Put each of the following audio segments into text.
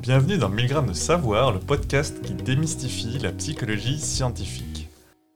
Bienvenue dans 1000 grammes de savoir, le podcast qui démystifie la psychologie scientifique.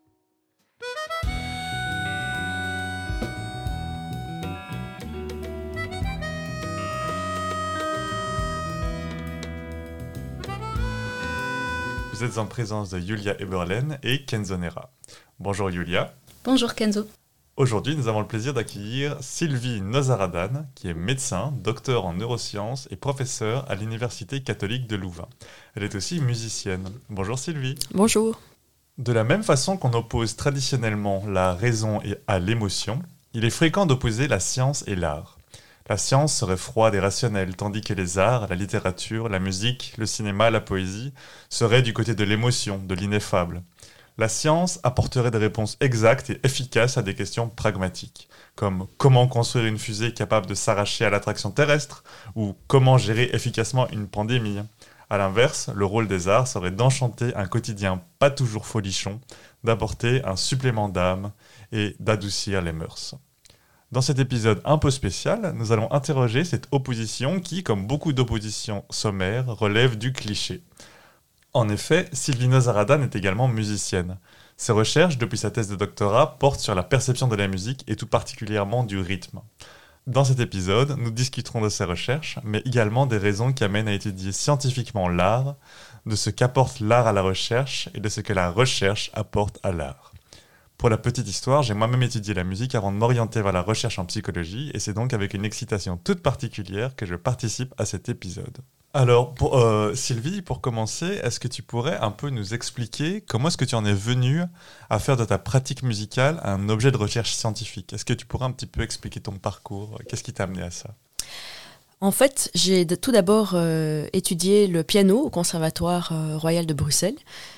Vous êtes en présence de Julia Eberlen et Kenzo Nera. Bonjour Julia. Bonjour Kenzo. Aujourd'hui, nous avons le plaisir d'accueillir Sylvie Nozaradan, qui est médecin, docteur en neurosciences et professeure à l'Université catholique de Louvain. Elle est aussi musicienne. Bonjour Sylvie. Bonjour. De la même façon qu'on oppose traditionnellement la raison à l'émotion, il est fréquent d'opposer la science et l'art. La science serait froide et rationnelle, tandis que les arts, la littérature, la musique, le cinéma, la poésie, seraient du côté de l'émotion, de l'ineffable. La science apporterait des réponses exactes et efficaces à des questions pragmatiques, comme comment construire une fusée capable de s'arracher à l'attraction terrestre, ou comment gérer efficacement une pandémie. A l'inverse, le rôle des arts serait d'enchanter un quotidien pas toujours folichon, d'apporter un supplément d'âme et d'adoucir les mœurs. Dans cet épisode un peu spécial, nous allons interroger cette opposition qui, comme beaucoup d'oppositions sommaires, relève du cliché. En effet, Sylvie Nozaradan est également musicienne. Ses recherches, depuis sa thèse de doctorat, portent sur la perception de la musique et tout particulièrement du rythme. Dans cet épisode, nous discuterons de ses recherches, mais également des raisons qui amènent à étudier scientifiquement l'art, de ce qu'apporte l'art à la recherche et de ce que la recherche apporte à l'art. Pour la petite histoire, j'ai moi-même étudié la musique avant de m'orienter vers la recherche en psychologie, et c'est donc avec une excitation toute particulière que je participe à cet épisode. Alors, Sylvie, pour commencer, est-ce que tu pourrais un peu nous expliquer comment est-ce que tu en es venue à faire de ta pratique musicale un objet de recherche scientifique ? Est-ce que tu pourrais un petit peu expliquer ton parcours ? Qu'est-ce qui t'a amené à ça ? En fait, j'ai tout d'abord étudié le piano au Conservatoire Royal de Bruxelles.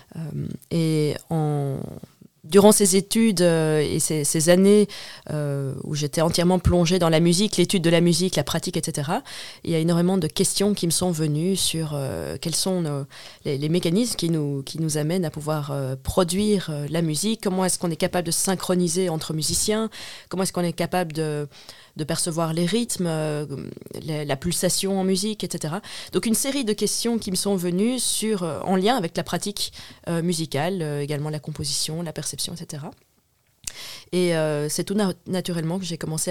Durant ces études et ces années où j'étais entièrement plongée dans la musique, l'étude de la musique, la pratique, etc., il y a énormément de questions qui me sont venues sur quels sont les mécanismes qui nous amènent à pouvoir produire la musique, comment est-ce qu'on est capable de synchroniser entre musiciens, comment est-ce qu'on est capable de percevoir les rythmes, la pulsation en musique, etc. Donc une série de questions qui me sont venues en lien avec la pratique musicale, également la composition, la perception, etc. Et c'est tout naturellement que j'ai commencé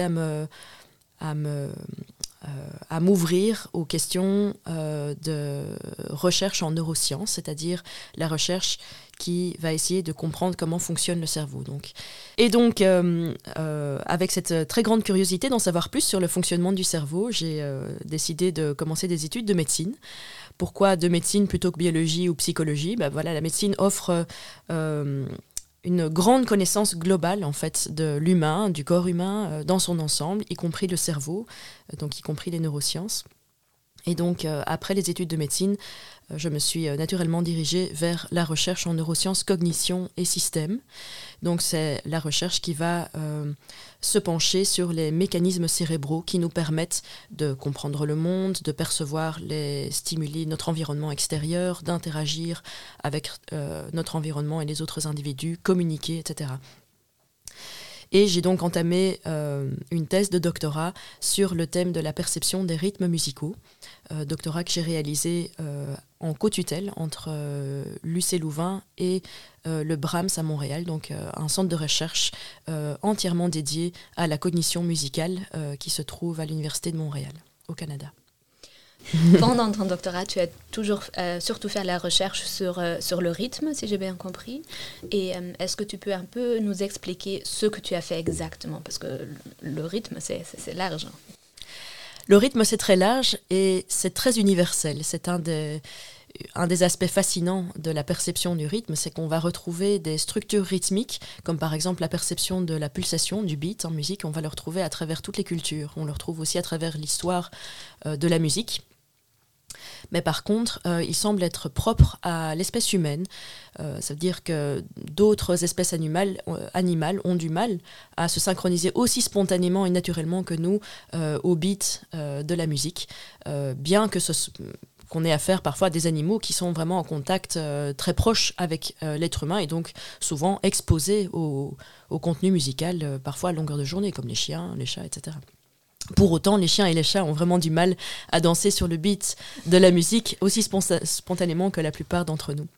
à m'ouvrir aux questions de recherche en neurosciences, c'est-à-dire la recherche qui va essayer de comprendre comment fonctionne le cerveau. Et donc, avec cette très grande curiosité d'en savoir plus sur le fonctionnement du cerveau, j'ai décidé de commencer des études de médecine. Pourquoi de médecine plutôt que biologie ou psychologie ? La médecine offre une grande connaissance globale en fait de l'humain, du corps humain dans son ensemble, y compris le cerveau, donc y compris les neurosciences. Et donc après les études de médecine, je me suis naturellement dirigée vers la recherche en neurosciences, cognition et système. Donc c'est la recherche qui va se pencher sur les mécanismes cérébraux qui nous permettent de comprendre le monde, de percevoir les stimuli, notre environnement extérieur, d'interagir avec notre environnement et les autres individus, communiquer, etc. Et j'ai donc entamé une thèse de doctorat sur le thème de la perception des rythmes musicaux, doctorat que j'ai réalisé en co-tutelle entre l'UC Louvain et le Brahms à Montréal, donc un centre de recherche entièrement dédié à la cognition musicale qui se trouve à l'Université de Montréal, au Canada. Pendant ton doctorat, tu as toujours surtout fait la recherche sur le rythme, si j'ai bien compris. Et est-ce que tu peux un peu nous expliquer ce que tu as fait exactement ? Parce que le rythme, c'est large. Le rythme, c'est très large et c'est très universel. C'est un des aspects fascinants de la perception du rythme, c'est qu'on va retrouver des structures rythmiques, comme par exemple la perception de la pulsation, du beat en musique. On va le retrouver à travers toutes les cultures. On le retrouve aussi à travers l'histoire de la musique. Mais par contre, il semble être propre à l'espèce humaine. Ça veut dire que d'autres espèces animales ont du mal à se synchroniser aussi spontanément et naturellement que nous au beat de la musique, bien que qu'on ait affaire parfois à des animaux qui sont vraiment en contact très proche avec l'être humain et donc souvent exposés au contenu musical, parfois à longueur de journée, comme les chiens, les chats, etc. Pour autant, les chiens et les chats ont vraiment du mal à danser sur le beat de la musique aussi spontanément que la plupart d'entre nous.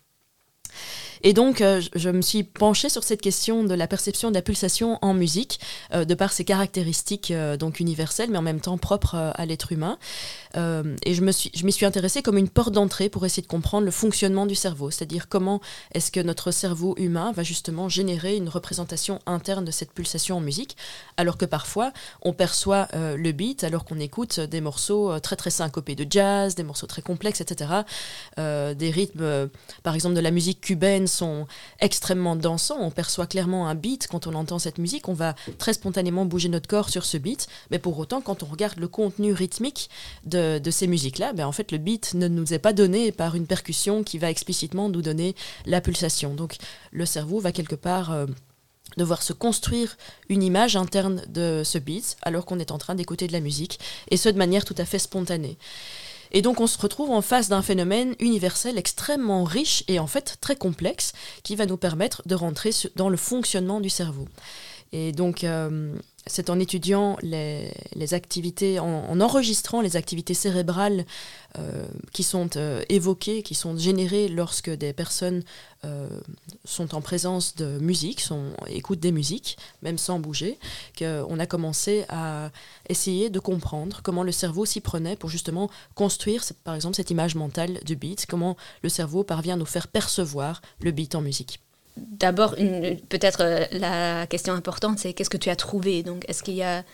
Et donc, je me suis penchée sur cette question de la perception de la pulsation en musique, de par ses caractéristiques donc universelles, mais en même temps propres à l'être humain. Et je m'y suis intéressée comme une porte d'entrée pour essayer de comprendre le fonctionnement du cerveau, c'est-à-dire comment est-ce que notre cerveau humain va justement générer une représentation interne de cette pulsation en musique, alors que parfois, on perçoit le beat alors qu'on écoute des morceaux très très syncopés de jazz, des morceaux très complexes, etc. Des rythmes, par exemple de la musique cubaine, sont extrêmement dansants. On perçoit clairement un beat quand on entend cette musique. On va très spontanément bouger notre corps sur ce beat. Mais pour autant, quand on regarde le contenu rythmique de ces musiques-là, en fait, le beat ne nous est pas donné par une percussion qui va explicitement nous donner la pulsation. Donc, le cerveau va quelque part devoir se construire une image interne de ce beat alors qu'on est en train d'écouter de la musique, et ce de manière tout à fait spontanée. Et donc on se retrouve en face d'un phénomène universel extrêmement riche et en fait très complexe qui va nous permettre de rentrer dans le fonctionnement du cerveau. Et donc c'est en étudiant les activités, en enregistrant les activités cérébrales qui sont évoquées, qui sont générées lorsque des personnes sont en présence de musique, écoutent des musiques, même sans bouger, qu'on a commencé à essayer de comprendre comment le cerveau s'y prenait pour justement construire, par exemple, cette image mentale du beat, comment le cerveau parvient à nous faire percevoir le beat en musique. D'abord, peut-être la question importante, c'est qu'est-ce que tu as trouvé? Donc, est-ce qu'il y a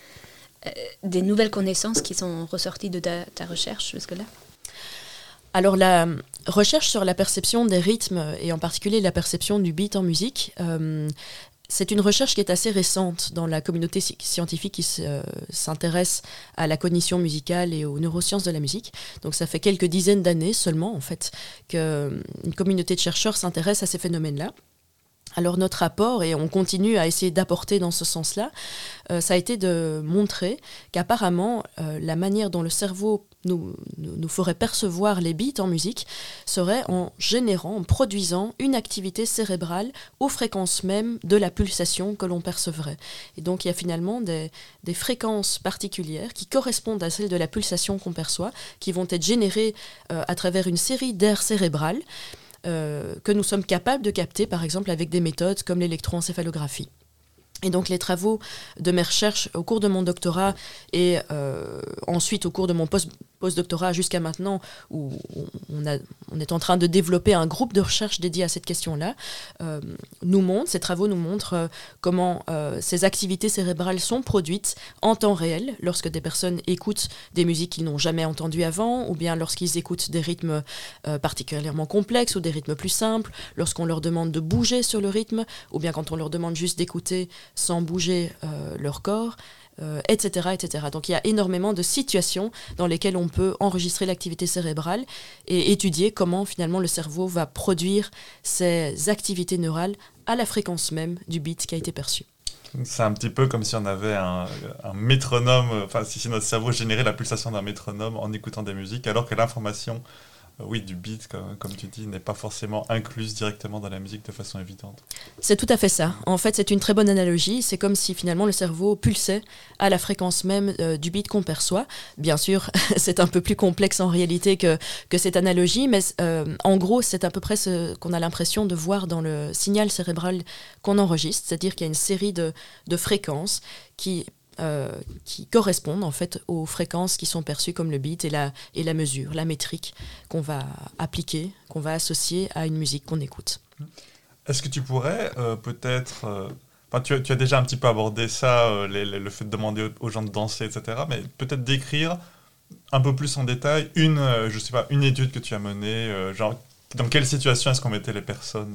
des nouvelles connaissances qui sont ressorties de ta recherche jusque-là? Alors, la recherche sur la perception des rythmes, et en particulier la perception du beat en musique, c'est une recherche qui est assez récente dans la communauté scientifique qui s'intéresse à la cognition musicale et aux neurosciences de la musique. Donc ça fait quelques dizaines d'années seulement, en fait, qu'une communauté de chercheurs s'intéresse à ces phénomènes-là. Alors notre apport, et on continue à essayer d'apporter dans ce sens-là, ça a été de montrer qu'apparemment la manière dont le cerveau nous ferait percevoir les beats en musique serait en générant, en produisant une activité cérébrale aux fréquences même de la pulsation que l'on percevrait. Et donc il y a finalement des fréquences particulières qui correspondent à celles de la pulsation qu'on perçoit, qui vont être générées à travers une série d'aires cérébrales, que nous sommes capables de capter, par exemple, avec des méthodes comme l'électroencéphalographie. Et donc les travaux de mes recherches au cours de mon doctorat et ensuite au cours de mon postdoctorat jusqu'à maintenant, où on est en train de développer un groupe de recherche dédié à cette question-là, ces travaux nous montrent comment ces activités cérébrales sont produites en temps réel lorsque des personnes écoutent des musiques qu'ils n'ont jamais entendues avant, ou bien lorsqu'ils écoutent des rythmes particulièrement complexes ou des rythmes plus simples, lorsqu'on leur demande de bouger sur le rythme, ou bien quand on leur demande juste d'écouter sans bouger leur corps, etc., etc. Donc il y a énormément de situations dans lesquelles on peut enregistrer l'activité cérébrale et étudier comment finalement le cerveau va produire ces activités neurales à la fréquence même du beat qui a été perçu. C'est un petit peu comme si on avait un métronome, enfin si notre cerveau générait la pulsation d'un métronome en écoutant des musiques, alors que l'information du beat, comme tu dis, n'est pas forcément incluse directement dans la musique de façon évidente. C'est tout à fait ça. En fait, c'est une très bonne analogie. C'est comme si finalement le cerveau pulsait à la fréquence même du beat qu'on perçoit. Bien sûr, c'est un peu plus complexe en réalité que cette analogie, mais en gros, c'est à peu près ce qu'on a l'impression de voir dans le signal cérébral qu'on enregistre, c'est-à-dire qu'il y a une série de fréquences qui correspondent en fait aux fréquences qui sont perçues comme le beat et la mesure, la métrique qu'on va appliquer, qu'on va associer à une musique qu'on écoute. Est-ce que tu pourrais peut-être... tu as déjà un petit peu abordé ça, le fait de demander aux gens de danser, etc. Mais peut-être décrire un peu plus en détail une étude que tu as menée, genre dans quelle situation est-ce qu'on mettait les personnes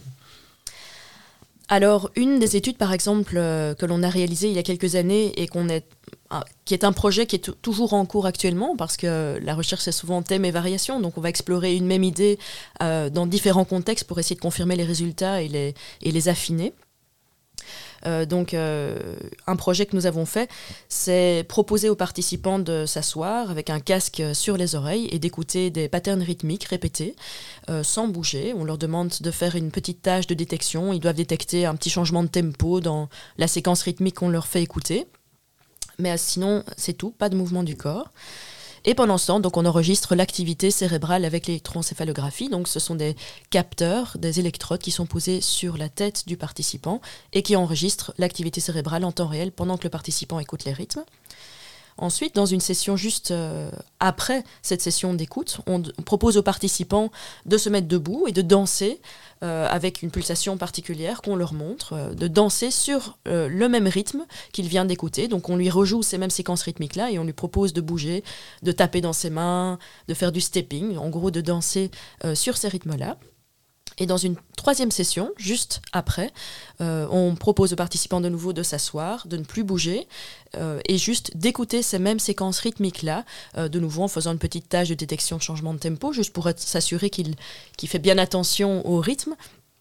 Alors, une des études, par exemple, que l'on a réalisée il y a quelques années et qui est un projet qui est toujours en cours actuellement, parce que la recherche, c'est souvent thème et variation, donc on va explorer une même idée dans différents contextes pour essayer de confirmer les résultats et les affiner. Un projet que nous avons fait, c'est proposer aux participants de s'asseoir avec un casque sur les oreilles et d'écouter des patterns rythmiques répétés sans bouger. On leur demande de faire une petite tâche de détection. Ils doivent détecter un petit changement de tempo dans la séquence rythmique qu'on leur fait écouter. mais sinon, c'est tout, pas de mouvement du corps. Et pendant ce temps, donc, on enregistre l'activité cérébrale avec l'électroencéphalographie. Donc, ce sont des capteurs, des électrodes qui sont posés sur la tête du participant et qui enregistrent l'activité cérébrale en temps réel pendant que le participant écoute les rythmes. Ensuite, dans une session juste après cette session d'écoute, on propose aux participants de se mettre debout et de danser avec une pulsation particulière qu'on leur montre, de danser sur le même rythme qu'il vient d'écouter. Donc on lui rejoue ces mêmes séquences rythmiques-là et on lui propose de bouger, de taper dans ses mains, de faire du stepping, en gros de danser sur ces rythmes-là. Et dans une troisième session, juste après, on propose aux participants de nouveau de s'asseoir, de ne plus bouger et juste d'écouter ces mêmes séquences rythmiques-là, de nouveau en faisant une petite tâche de détection de changement de tempo, juste pour s'assurer qu'il fait bien attention au rythme.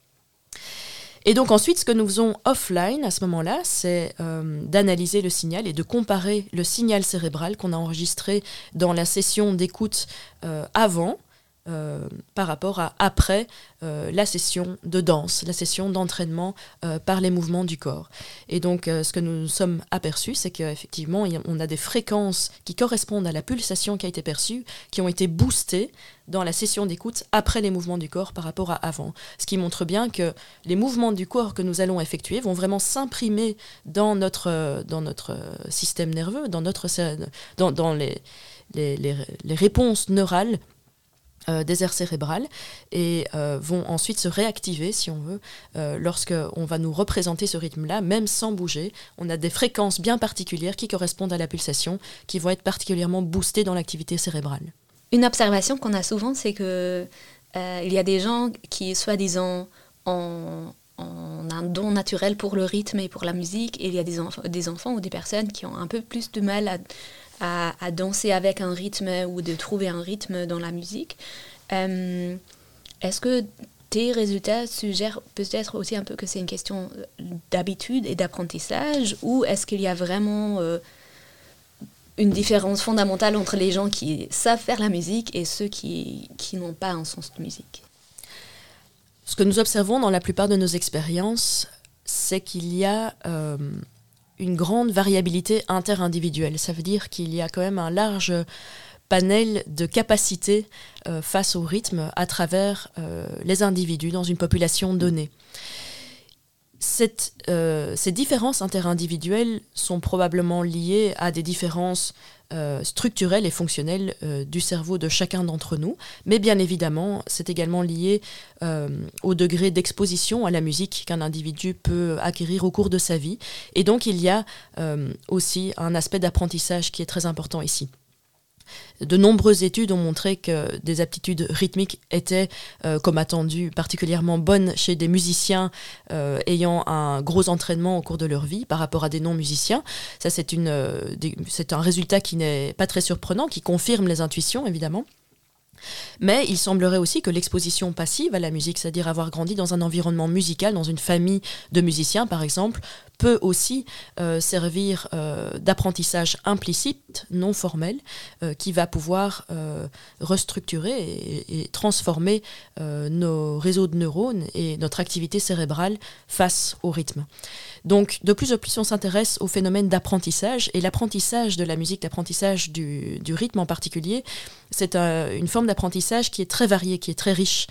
Et donc ensuite, ce que nous faisons offline à ce moment-là, c'est d'analyser le signal et de comparer le signal cérébral qu'on a enregistré dans la session d'écoute avant, par rapport à après la session de danse, la session d'entraînement par les mouvements du corps. Et donc ce que nous nous sommes aperçus, c'est qu'effectivement on a des fréquences qui correspondent à la pulsation qui a été perçue, qui ont été boostées dans la session d'écoute après les mouvements du corps par rapport à avant. Ce qui montre bien que les mouvements du corps que nous allons effectuer vont vraiment s'imprimer dans notre système nerveux, dans les réponses neurales des aires cérébrales et vont ensuite se réactiver, si on veut, lorsqu'on va nous représenter ce rythme-là, même sans bouger. On a des fréquences bien particulières qui correspondent à la pulsation, qui vont être particulièrement boostées dans l'activité cérébrale. Une observation qu'on a souvent, c'est que il y a des gens qui, soi-disant, ont un don naturel pour le rythme et pour la musique, et il y a des enfants ou des personnes qui ont un peu plus de mal à danser avec un rythme ou de trouver un rythme dans la musique. Est-ce que tes résultats suggèrent peut-être aussi un peu que c'est une question d'habitude et d'apprentissage, ou est-ce qu'il y a vraiment une différence fondamentale entre les gens qui savent faire la musique et ceux qui n'ont pas un sens de musique? Ce que nous observons dans la plupart de nos expériences, c'est qu'il y a une grande variabilité interindividuelle. Ça veut dire qu'il y a quand même un large panel de capacités face au rythme à travers les individus dans une population donnée. Ces différences interindividuelles sont probablement liées à des différences structurelles et fonctionnelles du cerveau de chacun d'entre nous, mais bien évidemment, c'est également lié au degré d'exposition à la musique qu'un individu peut acquérir au cours de sa vie. Et donc, il y a aussi un aspect d'apprentissage qui est très important ici. De nombreuses études ont montré que des aptitudes rythmiques étaient, comme attendu, particulièrement bonnes chez des musiciens ayant un gros entraînement au cours de leur vie par rapport à des non-musiciens. Ça, c'est un résultat qui n'est pas très surprenant, qui confirme les intuitions, évidemment. Mais il semblerait aussi que l'exposition passive à la musique, c'est-à-dire avoir grandi dans un environnement musical, dans une famille de musiciens par exemple, peut aussi servir d'apprentissage implicite, non formel, qui va pouvoir restructurer et transformer nos réseaux de neurones et notre activité cérébrale face au rythme. Donc de plus en plus on s'intéresse au phénomène d'apprentissage, et l'apprentissage de la musique, l'apprentissage du rythme en particulier, c'est une forme d'apprentissage qui est très variée, qui est très riche.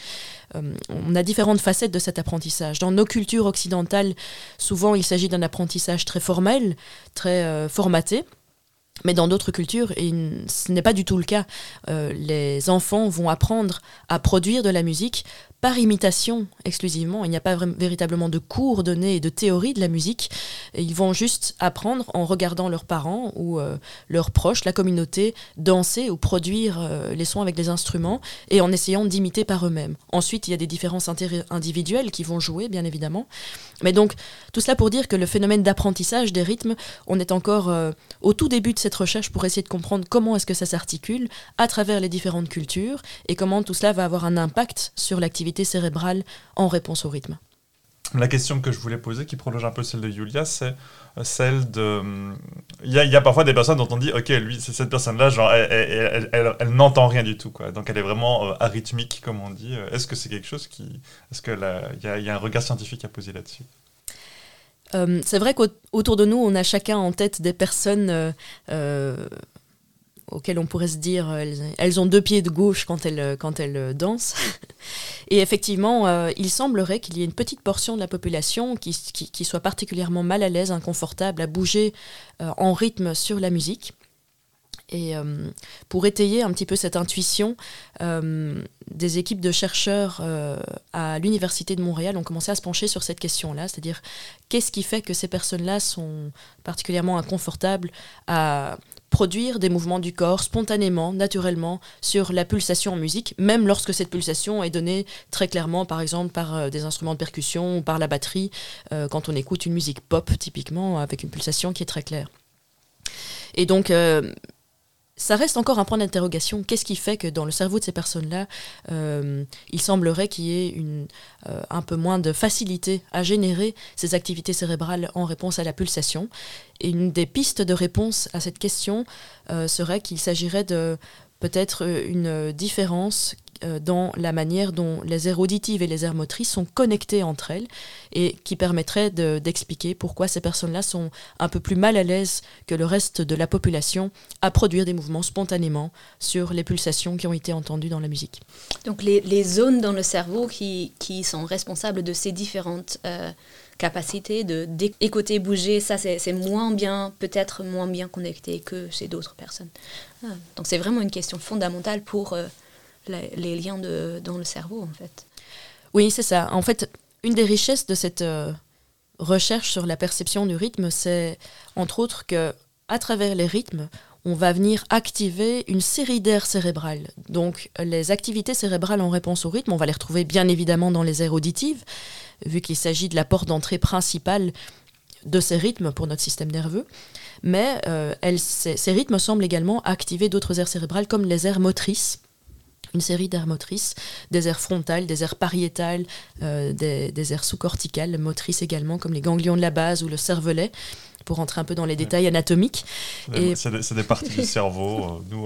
On a différentes facettes de cet apprentissage. Dans nos cultures occidentales, souvent il s'agit d'un apprentissage très formel, très formaté. Mais dans d'autres cultures, et ce n'est pas du tout le cas, les enfants vont apprendre à produire de la musique par imitation exclusivement. Il n'y a pas véritablement de cours donnés et de théorie de la musique. Et ils vont juste apprendre en regardant leurs parents ou leurs proches, la communauté, danser ou produire les sons avec des instruments et en essayant d'imiter par eux-mêmes. Ensuite, il y a des différences individuelles qui vont jouer, bien évidemment. Mais donc, tout cela pour dire que le phénomène d'apprentissage des rythmes, on est encore au tout début de cette recherche pour essayer de comprendre comment est-ce que ça s'articule à travers les différentes cultures et comment tout cela va avoir un impact sur l'activité cérébrale en réponse au rythme. La question que je voulais poser, qui prolonge un peu celle de Julia, c'est celle de... Il y a parfois des personnes dont on dit, ok, lui, c'est cette personne-là, genre, elle n'entend rien du tout, quoi. Donc elle est vraiment arythmique, comme on dit. Est-ce que c'est quelque chose qui... Est-ce qu'il y a un regard scientifique à poser là-dessus ? C'est vrai qu'autour de nous, on a chacun en tête des personnes auxquelles on pourrait se dire elles ont 2 pieds de gauche quand elles dansent. Et effectivement, il semblerait qu'il y ait une petite portion de la population qui soit particulièrement mal à l'aise, inconfortable à bouger en rythme sur la musique. Et pour étayer un petit peu cette intuition, des équipes de chercheurs à l'Université de Montréal ont commencé à se pencher sur cette question-là, c'est-à-dire qu'est-ce qui fait que ces personnes-là sont particulièrement inconfortables à produire des mouvements du corps spontanément, naturellement, sur la pulsation en musique, même lorsque cette pulsation est donnée très clairement, par exemple, par des instruments de percussion ou par la batterie, quand on écoute une musique pop, typiquement, avec une pulsation qui est très claire. Et donc, ça reste encore un point d'interrogation. Qu'est-ce qui fait que dans le cerveau de ces personnes-là, il semblerait qu'il y ait un peu moins de facilité à générer ces activités cérébrales en réponse à la pulsation? Et une des pistes de réponse à cette question serait qu'il s'agirait de peut-être une différence dans la manière dont les aires auditives et les aires motrices sont connectées entre elles et qui permettrait d'expliquer pourquoi ces personnes-là sont un peu plus mal à l'aise que le reste de la population à produire des mouvements spontanément sur les pulsations qui ont été entendues dans la musique. Donc les zones dans le cerveau qui sont responsables de ces différentes capacités d'écouter, bouger, ça c'est peut-être moins bien connecté que chez d'autres personnes. Donc c'est vraiment une question fondamentale pour les liens dans le cerveau, en fait. Oui, c'est ça. En fait, une des richesses de cette recherche sur la perception du rythme, c'est entre autres qu'à travers les rythmes, on va venir activer une série d'aires cérébrales. Donc, les activités cérébrales en réponse au rythme, on va les retrouver bien évidemment dans les aires auditives, vu qu'il s'agit de la porte d'entrée principale de ces rythmes pour notre système nerveux. Mais ces rythmes semblent également activer d'autres aires cérébrales, comme les aires motrices, une série d'aires motrices, des aires frontales, des aires pariétales, des aires sous-corticales, motrices également, comme les ganglions de la base ou le cervelet, pour rentrer un peu dans les détails anatomiques. C'est des parties du cerveau, nous.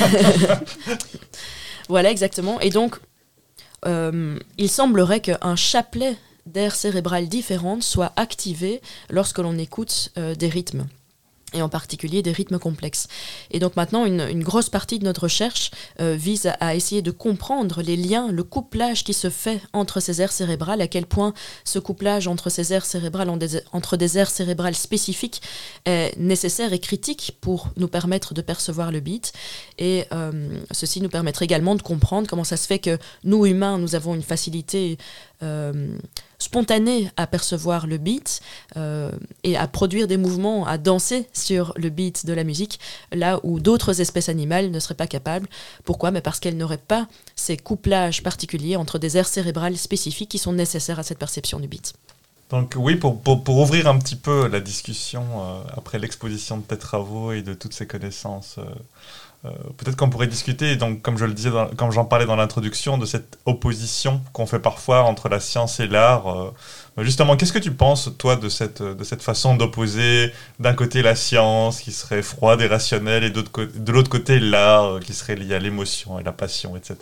Voilà, exactement. Et donc, il semblerait qu'un chapelet d'aires cérébrales différentes soit activé lorsque l'on écoute des rythmes, et en particulier des rythmes complexes. Et donc maintenant, une grosse partie de notre recherche vise à essayer de comprendre les liens, le couplage qui se fait entre ces aires cérébrales, à quel point ce couplage entre ces aires cérébrales, entre des aires cérébrales spécifiques, est nécessaire et critique pour nous permettre de percevoir le beat. Et ceci nous permettrait également de comprendre comment ça se fait que nous, humains, nous avons une facilité spontanée à percevoir le beat et à produire des mouvements, à danser sur le beat de la musique, là où d'autres espèces animales ne seraient pas capables. Pourquoi ? Mais parce qu'elles n'auraient pas ces couplages particuliers entre des aires cérébrales spécifiques qui sont nécessaires à cette perception du beat. Donc oui, pour ouvrir un petit peu la discussion après l'exposition de tes travaux et de toutes ces connaissances, peut-être qu'on pourrait discuter, donc, comme je le disais, comme j'en parlais dans l'introduction, de cette opposition qu'on fait parfois entre la science et l'art. Justement, qu'est-ce que tu penses, toi, de cette façon d'opposer d'un côté la science, qui serait froide et rationnelle, et de l'autre côté l'art, qui serait lié à l'émotion et la passion, etc.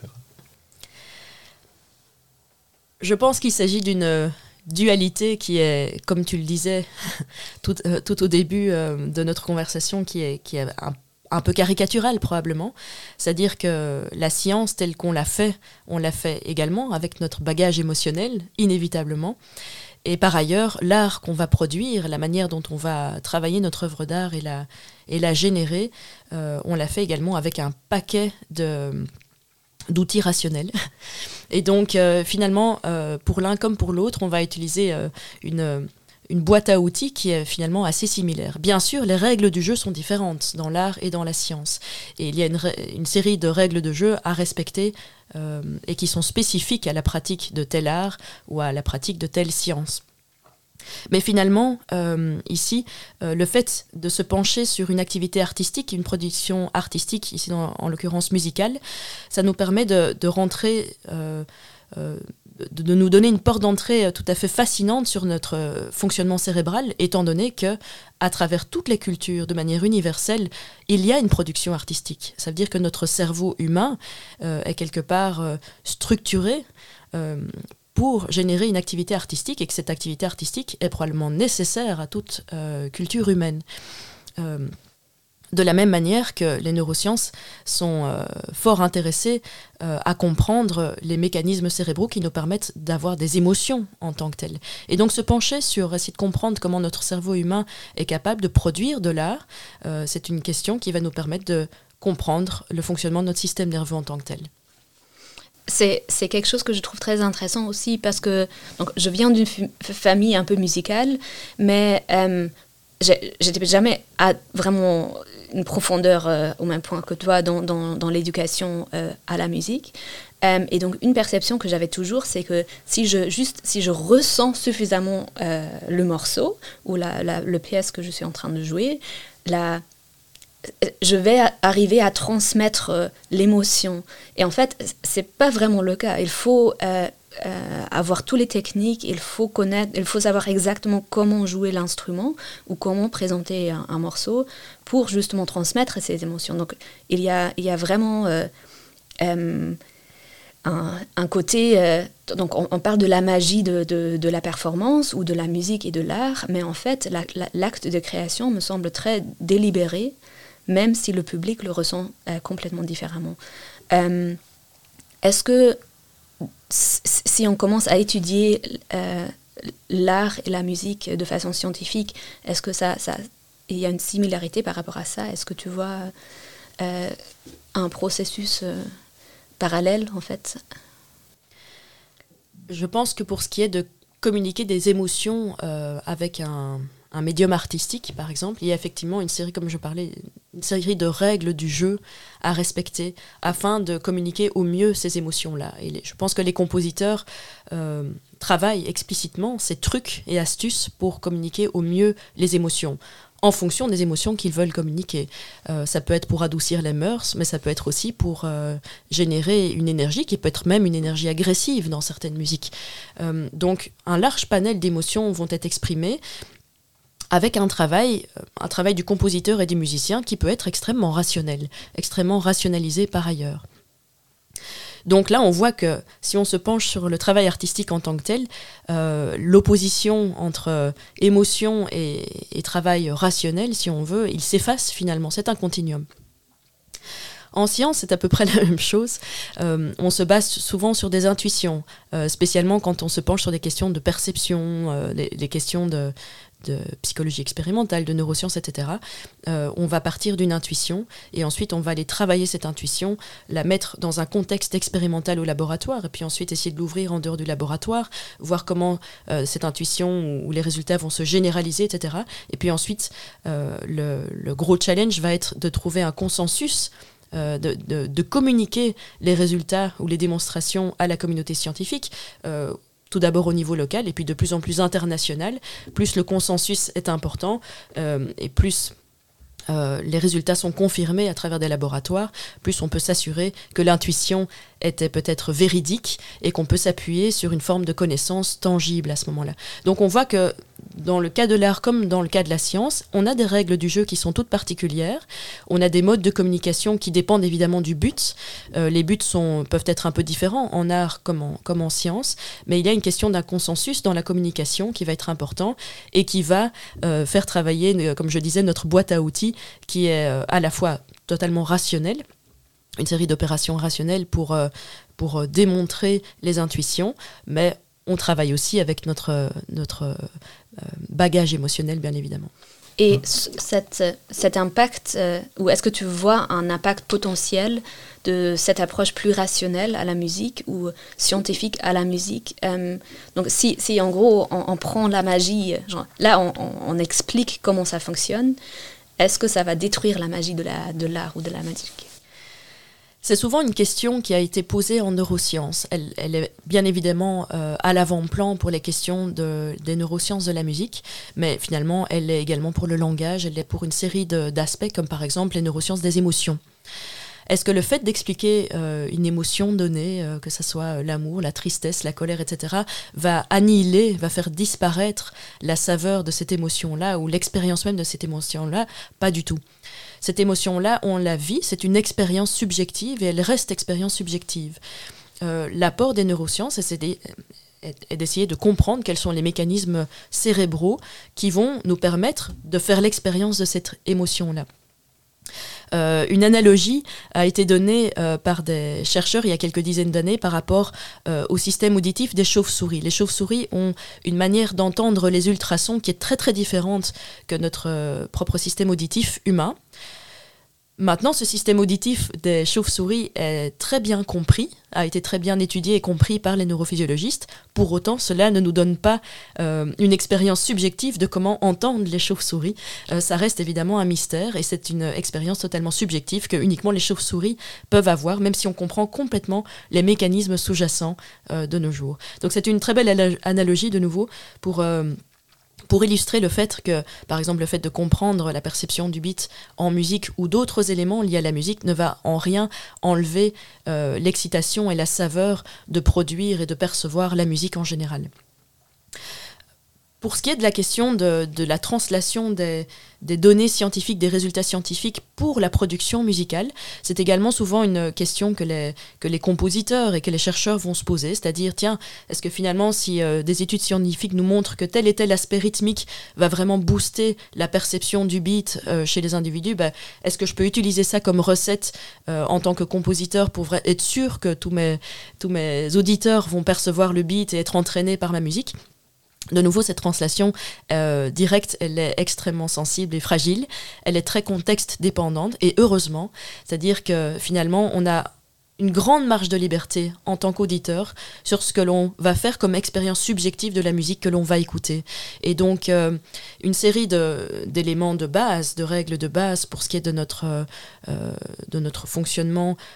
Je pense qu'il s'agit d'une dualité qui est, comme tu le disais tout au début de notre conversation, qui est un peu caricaturale probablement, c'est-à-dire que la science telle qu'on l'a fait, on l'a fait également avec notre bagage émotionnel, inévitablement. Et par ailleurs, l'art qu'on va produire, la manière dont on va travailler notre œuvre d'art et la générer, on l'a fait également avec un paquet d'outils rationnels. Et donc, finalement, pour l'un comme pour l'autre, on va utiliser une boîte à outils qui est finalement assez similaire. Bien sûr, les règles du jeu sont différentes dans l'art et dans la science. Et il y a une série de règles de jeu à respecter et qui sont spécifiques à la pratique de tel art ou à la pratique de telle science. Mais finalement, ici, le fait de se pencher sur une activité artistique, une production artistique, ici en l'occurrence musicale, ça nous permet de rentrer, de nous donner une porte d'entrée tout à fait fascinante sur notre fonctionnement cérébral, étant donné que, à travers toutes les cultures, de manière universelle, il y a une production artistique. Ça veut dire que notre cerveau humain est quelque part structuré pour générer une activité artistique, et que cette activité artistique est probablement nécessaire à toute culture humaine. De la même manière que les neurosciences sont fort intéressées à comprendre les mécanismes cérébraux qui nous permettent d'avoir des émotions en tant que telles. Et donc se pencher sur, essayer de comprendre comment notre cerveau humain est capable de produire de l'art, c'est une question qui va nous permettre de comprendre le fonctionnement de notre système nerveux en tant que tel. C'est quelque chose que je trouve très intéressant aussi parce que donc, je viens d'une famille un peu musicale, mais j'étais jamais à vraiment une profondeur au même point que toi dans l'éducation à la musique. Et donc, une perception que j'avais toujours, c'est que si je ressens suffisamment le morceau ou le pièce que je suis en train de jouer, je vais arriver à transmettre l'émotion. Et en fait, c'est pas vraiment le cas. Il faut avoir toutes les techniques, il faut savoir exactement comment jouer l'instrument ou comment présenter un morceau pour justement transmettre ces émotions. Donc, il y a vraiment un côté... donc, on parle de la magie de la performance ou de la musique et de l'art, mais en fait, l'acte de création me semble très délibéré, même si le public le ressent complètement différemment. Est-ce que si on commence à étudier l'art et la musique de façon scientifique, est-ce que il y a une similarité par rapport à ça? Est-ce que tu vois un processus parallèle, en fait? Je pense que pour ce qui est de communiquer des émotions avec un médium artistique, par exemple, il y a effectivement une série, comme je parlais, une série de règles du jeu à respecter afin de communiquer au mieux ces émotions-là. Et je pense que les compositeurs travaillent explicitement ces trucs et astuces pour communiquer au mieux les émotions, en fonction des émotions qu'ils veulent communiquer. Ça peut être pour adoucir les mœurs, mais ça peut être aussi pour générer une énergie qui peut être même une énergie agressive dans certaines musiques. Donc, un large panel d'émotions vont être exprimées avec un travail du compositeur et du musicien qui peut être extrêmement rationnel, extrêmement rationalisé par ailleurs. Donc là, on voit que si on se penche sur le travail artistique en tant que tel, l'opposition entre émotion et travail rationnel, si on veut, il s'efface finalement, c'est un continuum. En science, c'est à peu près la même chose. On se base souvent sur des intuitions, spécialement quand on se penche sur des questions de perception, des questions de psychologie expérimentale, de neurosciences, etc. On va partir d'une intuition et ensuite on va aller travailler cette intuition, la mettre dans un contexte expérimental au laboratoire et puis ensuite essayer de l'ouvrir en dehors du laboratoire, voir comment cette intuition ou les résultats vont se généraliser, etc. Et puis ensuite, le gros challenge va être de trouver un consensus, de communiquer les résultats ou les démonstrations à la communauté scientifique, tout d'abord au niveau local et puis de plus en plus international. Plus le consensus est important et plus les résultats sont confirmés à travers des laboratoires, plus on peut s'assurer que l'intuition était peut-être véridique et qu'on peut s'appuyer sur une forme de connaissance tangible à ce moment-là. Donc on voit que dans le cas de l'art comme dans le cas de la science, on a des règles du jeu qui sont toutes particulières, on a des modes de communication qui dépendent évidemment du but. Les buts peuvent être un peu différents en art comme en science, mais il y a une question d'un consensus dans la communication qui va être important et qui va faire travailler, comme je disais, notre boîte à outils qui est à la fois totalement rationnelle, une série d'opérations rationnelles pour démontrer les intuitions, mais on travaille aussi avec notre bagage émotionnel, bien évidemment. Et cet impact, ou est-ce que tu vois un impact potentiel de cette approche plus rationnelle à la musique ou scientifique à la musique? Donc si en gros on prend la magie, genre, là on explique comment ça fonctionne, est-ce que ça va détruire la magie de l'art ou de la musique? C'est souvent une question qui a été posée en neurosciences. Elle est bien évidemment à l'avant-plan pour les questions des neurosciences de la musique, mais finalement, elle est également pour le langage, elle est pour une série d'aspects, comme par exemple les neurosciences des émotions. Est-ce que le fait d'expliquer une émotion donnée, que ce soit l'amour, la tristesse, la colère, etc., va annihiler, va faire disparaître la saveur de cette émotion-là ou l'expérience même de cette émotion-là? Pas du tout. Cette émotion-là, on la vit, c'est une expérience subjective et elle reste expérience subjective. L'apport des neurosciences, et est d'essayer de comprendre quels sont les mécanismes cérébraux qui vont nous permettre de faire l'expérience de cette émotion-là. Une analogie a été donnée par des chercheurs il y a quelques dizaines d'années par rapport au système auditif des chauves-souris. Les chauves-souris ont une manière d'entendre les ultrasons qui est très très différente que notre propre système auditif humain. Maintenant, ce système auditif des chauves-souris est très bien compris, a été très bien étudié et compris par les neurophysiologistes. Pour autant, cela ne nous donne pas une expérience subjective de comment entendent les chauves-souris. Ça reste évidemment un mystère et c'est une expérience totalement subjective que uniquement les chauves-souris peuvent avoir, même si on comprend complètement les mécanismes sous-jacents de nos jours. Donc c'est une très belle analogie de nouveau pour illustrer le fait que, par exemple, le fait de comprendre la perception du beat en musique ou d'autres éléments liés à la musique ne va en rien enlever l'excitation et la saveur de produire et de percevoir la musique en général. Pour ce qui est de la question de la translation des données scientifiques, des résultats scientifiques pour la production musicale, c'est également souvent une question que les compositeurs et que les chercheurs vont se poser, c'est-à-dire, tiens, est-ce que finalement, si des études scientifiques nous montrent que tel et tel aspect rythmique va vraiment booster la perception du beat chez les individus, est-ce que je peux utiliser ça comme recette en tant que compositeur pour être sûr que tous mes auditeurs vont percevoir le beat et être entraînés par ma musique ? De nouveau, cette translation directe, elle est extrêmement sensible et fragile. Elle est très contexte dépendante et heureusement, c'est-à-dire que finalement, on a une grande marge de liberté en tant qu'auditeur sur ce que l'on va faire comme expérience subjective de la musique que l'on va écouter. Et donc, une série d'éléments de base, de règles de base pour ce qui est de notre fonctionnement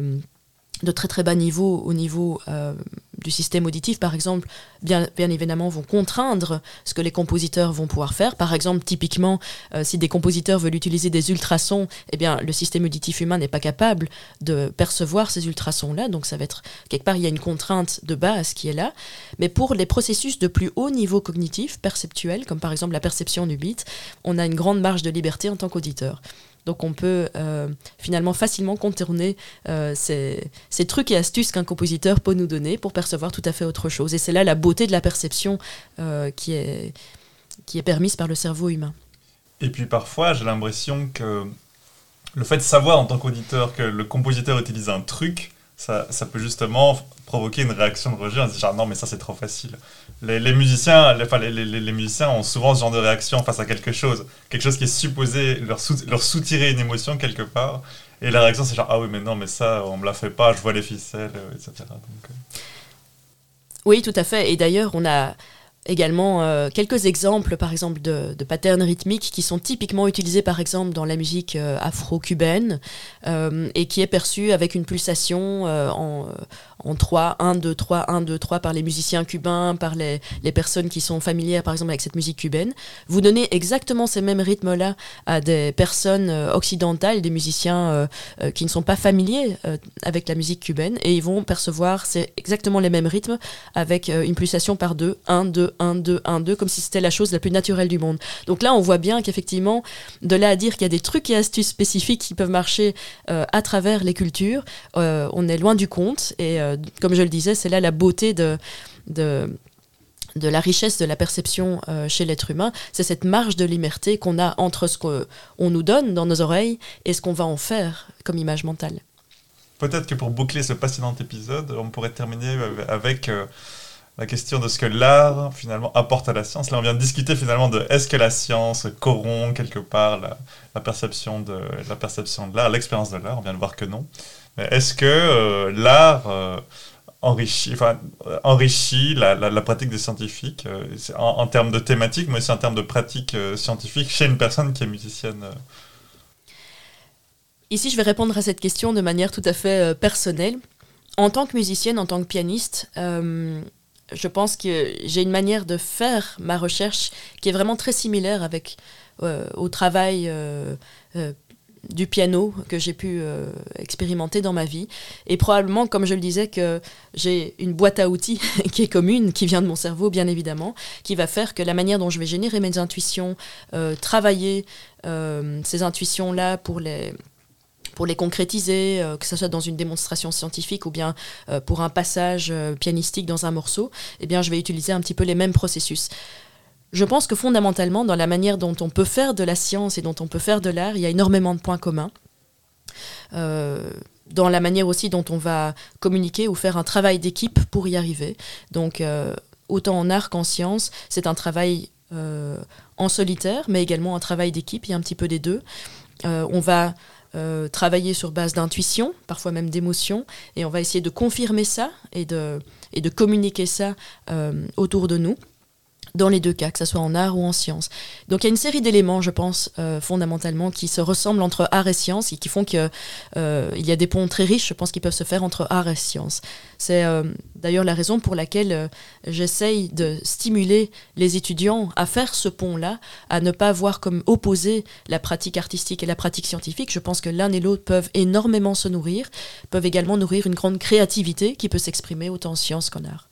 de très très bas niveau au niveau du système auditif, par exemple, bien évidemment vont contraindre ce que les compositeurs vont pouvoir faire. Par exemple, typiquement, si des compositeurs veulent utiliser des ultrasons, eh bien, le système auditif humain n'est pas capable de percevoir ces ultrasons-là, donc ça va être, quelque part, il y a une contrainte de base qui est là. Mais pour les processus de plus haut niveau cognitif, perceptuel, comme par exemple la perception du beat, on a une grande marge de liberté en tant qu'auditeur. Donc on peut finalement facilement contourner ces trucs et astuces qu'un compositeur peut nous donner pour percevoir tout à fait autre chose. Et c'est là la beauté de la perception qui est permise par le cerveau humain. Et puis parfois, j'ai l'impression que le fait de savoir en tant qu'auditeur que le compositeur utilise un truc, ça peut justement provoquer une réaction de rejet en se disant non mais ça c'est trop facile. Les musiciens ont souvent ce genre de réaction face à quelque chose qui est supposé leur soutirer une émotion quelque part, et la réaction c'est genre ah oui mais non mais ça on me la fait pas, je vois les ficelles, etc. Donc, Oui, tout à fait, et d'ailleurs on a également quelques exemples, par exemple, de patterns rythmiques qui sont typiquement utilisés, par exemple, dans la musique afro-cubaine et qui est perçue avec une pulsation en 3, 1, 2, 3, 1, 2, 3 par les musiciens cubains, par les personnes qui sont familières, par exemple, avec cette musique cubaine. Vous donnez exactement ces mêmes rythmes-là à des personnes occidentales, des musiciens qui ne sont pas familiers avec la musique cubaine, et ils vont percevoir exactement les mêmes rythmes avec une pulsation par 2, 1, 2, 1, 2, 1, 2, comme si c'était la chose la plus naturelle du monde. Donc là, on voit bien qu'effectivement, de là à dire qu'il y a des trucs et astuces spécifiques qui peuvent marcher à travers les cultures, on est loin du compte, et comme je le disais, c'est là la beauté de la richesse de la perception chez l'être humain. C'est cette marge de liberté qu'on a entre ce qu'on nous donne dans nos oreilles et ce qu'on va en faire comme image mentale. Peut-être que pour boucler ce passionnant épisode, on pourrait terminer avec la question de ce que l'art finalement apporte à la science. Là, on vient de discuter finalement de est-ce que la science corrompt quelque part la perception de l'art, l'expérience de l'art. On vient de voir que non. Mais est-ce que l'art enrichit la pratique des scientifiques en termes de thématique, mais aussi en termes de pratique scientifique chez une personne qui est musicienne Ici, je vais répondre à cette question de manière tout à fait personnelle. En tant que musicienne, en tant que pianiste, je pense que j'ai une manière de faire ma recherche qui est vraiment très similaire au travail du piano que j'ai pu expérimenter dans ma vie. Et probablement, comme je le disais, que j'ai une boîte à outils qui est commune, qui vient de mon cerveau, bien évidemment, qui va faire que la manière dont je vais générer mes intuitions, travailler ces intuitions-là pour pour les concrétiser, que ce soit dans une démonstration scientifique ou bien pour un passage pianistique dans un morceau, eh bien, je vais utiliser un petit peu les mêmes processus. Je pense que fondamentalement, dans la manière dont on peut faire de la science et dont on peut faire de l'art, il y a énormément de points communs. Dans la manière aussi dont on va communiquer ou faire un travail d'équipe pour y arriver. Donc, autant en art qu'en science, c'est un travail en solitaire, mais également un travail d'équipe, il y a un petit peu des deux. On va travailler sur base d'intuition, parfois même d'émotion, et on va essayer de confirmer ça et de communiquer ça autour de nous. Dans les deux cas, que ce soit en art ou en science. Donc il y a une série d'éléments, je pense, fondamentalement, qui se ressemblent entre art et science et qui font qu'il y a des ponts très riches, je pense, qui peuvent se faire entre art et science. C'est d'ailleurs la raison pour laquelle j'essaye de stimuler les étudiants à faire ce pont-là, à ne pas voir comme opposer la pratique artistique et la pratique scientifique. Je pense que l'un et l'autre peuvent énormément se nourrir, peuvent également nourrir une grande créativité qui peut s'exprimer autant en science qu'en art.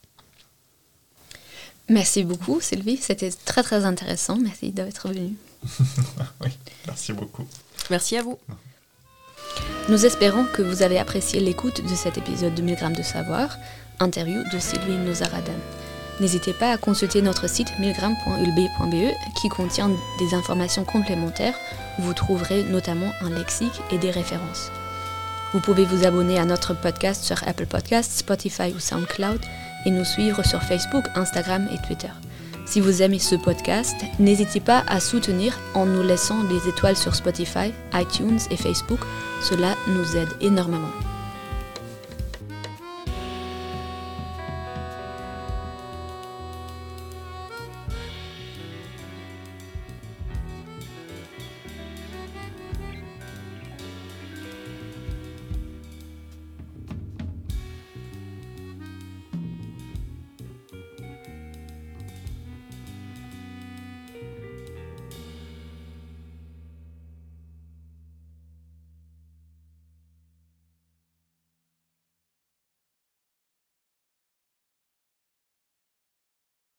Merci beaucoup Sylvie, c'était très très intéressant, merci d'être venue. Oui, merci beaucoup. Merci à vous. Nous espérons que vous avez apprécié l'écoute de cet épisode de 1000 grammes de savoir, interview de Sylvie Nosaradan. N'hésitez pas à consulter notre site 1000grammes.ulb.be qui contient des informations complémentaires où vous trouverez notamment un lexique et des références. Vous pouvez vous abonner à notre podcast sur Apple Podcasts, Spotify ou SoundCloud et nous suivre sur Facebook, Instagram et Twitter. Si vous aimez ce podcast, n'hésitez pas à soutenir en nous laissant des étoiles sur Spotify, iTunes et Facebook. Cela nous aide énormément.